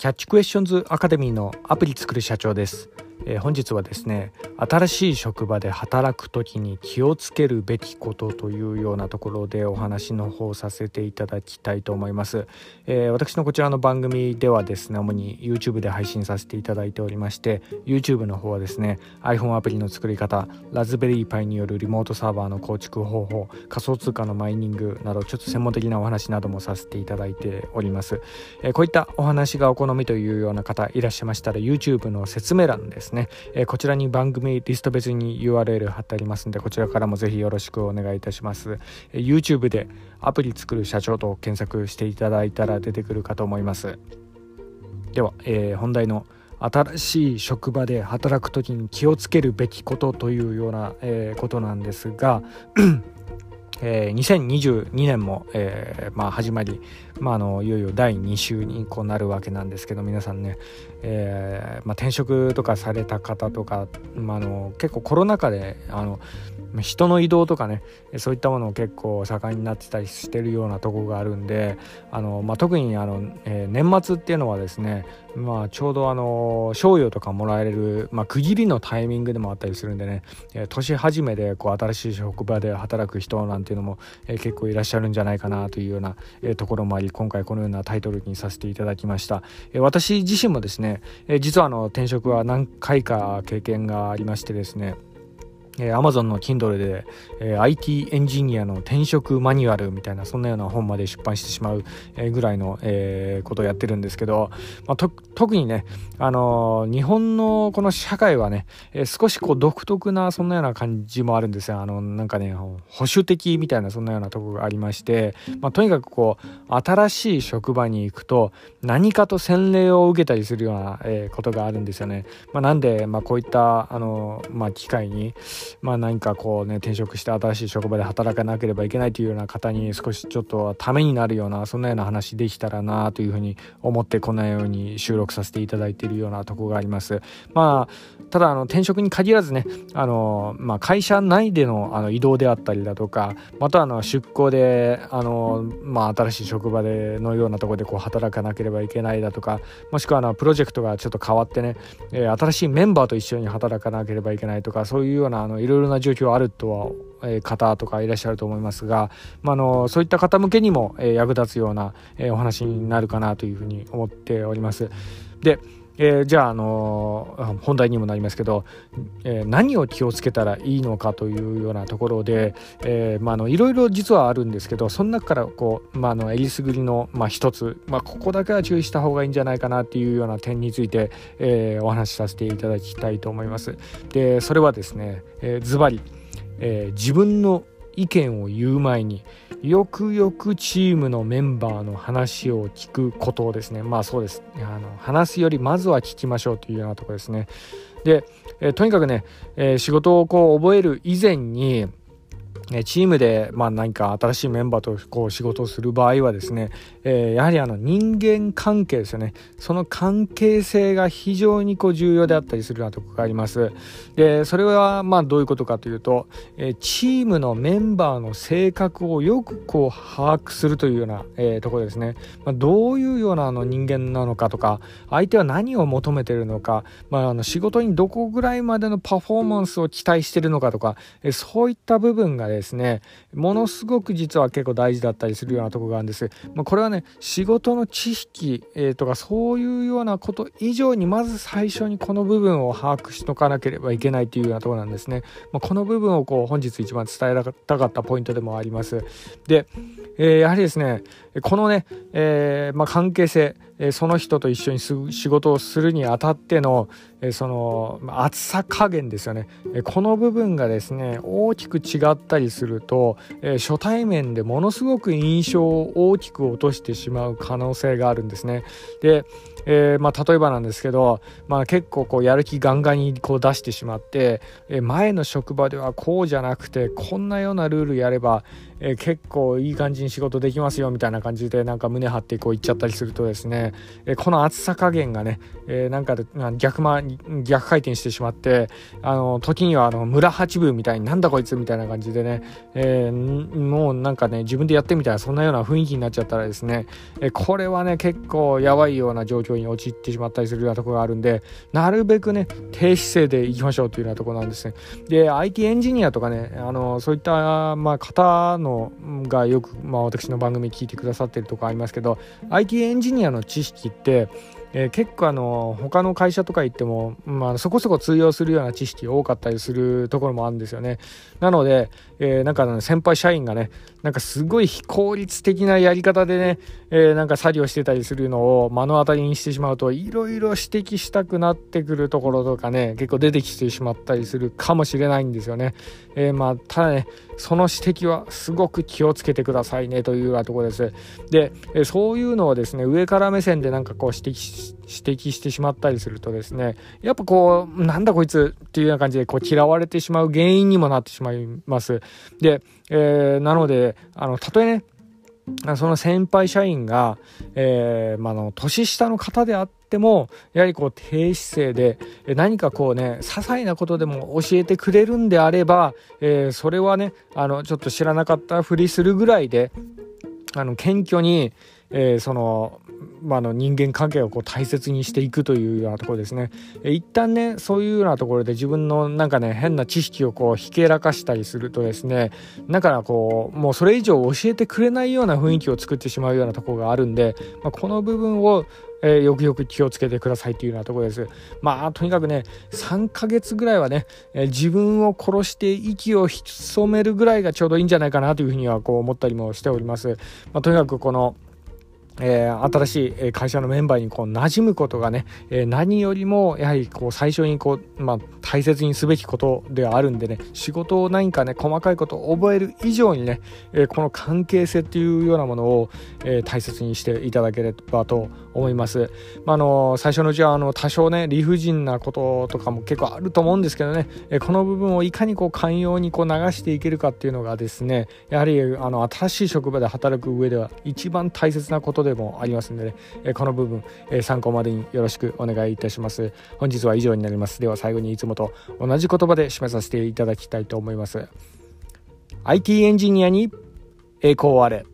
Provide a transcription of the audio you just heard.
キャッチクエスチョンズアカデミーのアプリ作る社長です。本日はですね、新しい職場で働くときに気をつけるべきことというようなところでお話の方させていただきたいと思います。私のこちらの番組ではですね、主に YouTube で配信させていただいておりまして、 YouTube の方はですね iPhone アプリの作り方、ラズベリーパイによるリモートサーバーの構築方法、仮想通貨のマイニングなどちょっと専門的なお話などもさせていただいております。こういったお話がお好みというような方いらっしゃいましたら、 YouTube の説明欄ですね、こちらに番組リスト別に URL 貼ってありますので、こちらからもぜひよろしくお願いいたします。YouTube でアプリ作る社長と検索していただいたら出てくるかと思います。では、本題の新しい職場で働くときに気をつけるべきことというような、ことなんですが2022年も、始まり、いよいよ第2週になるわけなんですけど、皆さんね、転職とかされた方とか、結構コロナ禍で人の移動とかね、そういったものを結構盛んになってたりしてるようなところがあるんで、特に年末っていうのはですね、ちょうど賞与とかもらえる、区切りのタイミングでもあったりするんでね、年始めで新しい職場で働く人なんていうのも、結構いらっしゃるんじゃないかなというような、ところもあり、今回このようなタイトルにさせていただきました。私自身もですね、実は転職は何回か経験がありましてですね、Amazon の Kindle で、IT エンジニアの転職マニュアルみたいな、そんなような本まで出版してしまう、ぐらいの、ことをやってるんですけど、特にね、日本のこの社会はね、少し独特なそんなような感じもあるんですよ。なんかね、保守的みたいなそんなようなところがありまして、とにかく新しい職場に行くと何かと洗礼を受けたりするような、ことがあるんですよね。なんで、こういった機会に何か転職して新しい職場で働かなければいけないというような方に少しちょっとためになるような、そんなような話できたらなというふうに思って、このように収録させていただいているようなところがあります。ただ転職に限らずね、会社内での移動であったりだとか、また出向で新しい職場でのようなところで働かなければいけないだとか、もしくはプロジェクトがちょっと変わってね、新しいメンバーと一緒に働かなければいけないとか、そういうようないろいろな状況あるとは、方とかいらっしゃると思いますが、そういった方向けにも、役立つような、お話になるかなというふうに思っております。で、じゃあ、本題にもなりますけど、何を気をつけたらいいのかというようなところで、いろいろ実はあるんですけど、その中からえりすぐりの、一つ、ここだけは注意した方がいいんじゃないかなっていうような点について、お話しさせていただきたいと思います。で、それはですね、ズバリ、自分の意見を言う前によくよくチームのメンバーの話を聞くことですね。そうです。話すよりまずは聞きましょうというようなところですね。で、とにかくね、仕事を覚える以前にチームで何か新しいメンバーと仕事をする場合はですね、やはり人間関係ですよね。その関係性が非常に重要であったりするようなところがあります。で、それはどういうことかというと、チームのメンバーの性格をよく把握するというような、ところですね。どういうような人間なのかとか、相手は何を求めているのか、仕事にどこぐらいまでのパフォーマンスを期待しているのかとか、そういった部分がですね、ものすごく実は結構大事だったりするようなところがあるんです。これはね、仕事の知識、とかそういうようなこと以上に、まず最初にこの部分を把握しとかなければいけないというようなところなんですね。この部分を本日一番伝えたかったポイントでもあります。で、やはりですね、このね、関係性、その人と一緒に仕事をするにあたっての、その厚さ加減ですよね。この部分がですね、大きく違ったりすると、初対面でものすごく印象を大きく落としてしまう可能性があるんですね。で、例えばなんですけど、結構やる気ガンガンに出してしまって、前の職場ではこうじゃなくてこんなようなルールやれば、結構いい感じに仕事できますよみたいな感じでなんか胸張って言っちゃったりするとですね、 ね、この厚さ加減がね、なんかで逆回転してしまって、時には村八分みたいになんだこいつみたいな感じでね、もうなんかね自分でやってみたらそんなような雰囲気になっちゃったらですね、これはね結構やばいような状況に陥ってしまったりするようなところがあるんで、なるべくね低姿勢でいきましょうというようなところなんですね。で IT エンジニアとかねそういった方のがよく、私の番組聞いてくださってるとこありますけど、 IT エンジニアの知識って結構他の会社とか行っても、そこそこ通用するような知識多かったりするところもあるんですよね。なので、なんか先輩社員がねなんかすごい非効率的なやり方でね、なんか作業してたりするのを目の当たりにしてしまうと、いろいろ指摘したくなってくるところとかね結構出てきてしまったりするかもしれないんですよね。ただねその指摘はすごく気をつけてくださいねというようなところです。で、そういうのをですね上から目線でなんかこう指摘してしまったりするとですね、やっぱこうなんだこいつっていうような感じでこう嫌われてしまう原因にもなってしまいます。で、なのでたとえねその先輩社員が、年下の方であってもやはりこう低姿勢で何かこうね些細なことでも教えてくれるんであれば、それはねちょっと知らなかったふりするぐらいで謙虚に、人間関係をこう大切にしていくというようなところですね。一旦ねそういうようなところで自分のなんかね変な知識をこうひけらかしたりするとですね、だからこうもうそれ以上教えてくれないような雰囲気を作ってしまうようなところがあるんで、この部分をよくよく気をつけてくださいというようなところです。とにかくね3ヶ月ぐらいはね、自分を殺して息を潜めるぐらいがちょうどいいんじゃないかなというふうにはこう思ったりもしております。とにかくこの新しい会社のメンバーにこう馴染むことがね、何よりもやはりこう最初にこう、大切にすべきことではあるんでね、仕事を何かね細かいことを覚える以上にね、この関係性っていうようなものを、大切にしていただければと思います。最初のうちは多少ね理不尽なこととかも結構あると思うんですけどね、この部分をいかにこう寛容にこう流していけるかっていうのがですね、やはり新しい職場で働く上では一番大切なことでもありますのでね、この部分、参考までによろしくお願いいたします。本日は以上になります。では最後にいつもと同じ言葉で締めさせていただきたいと思います。IT エンジニアに栄光あれ。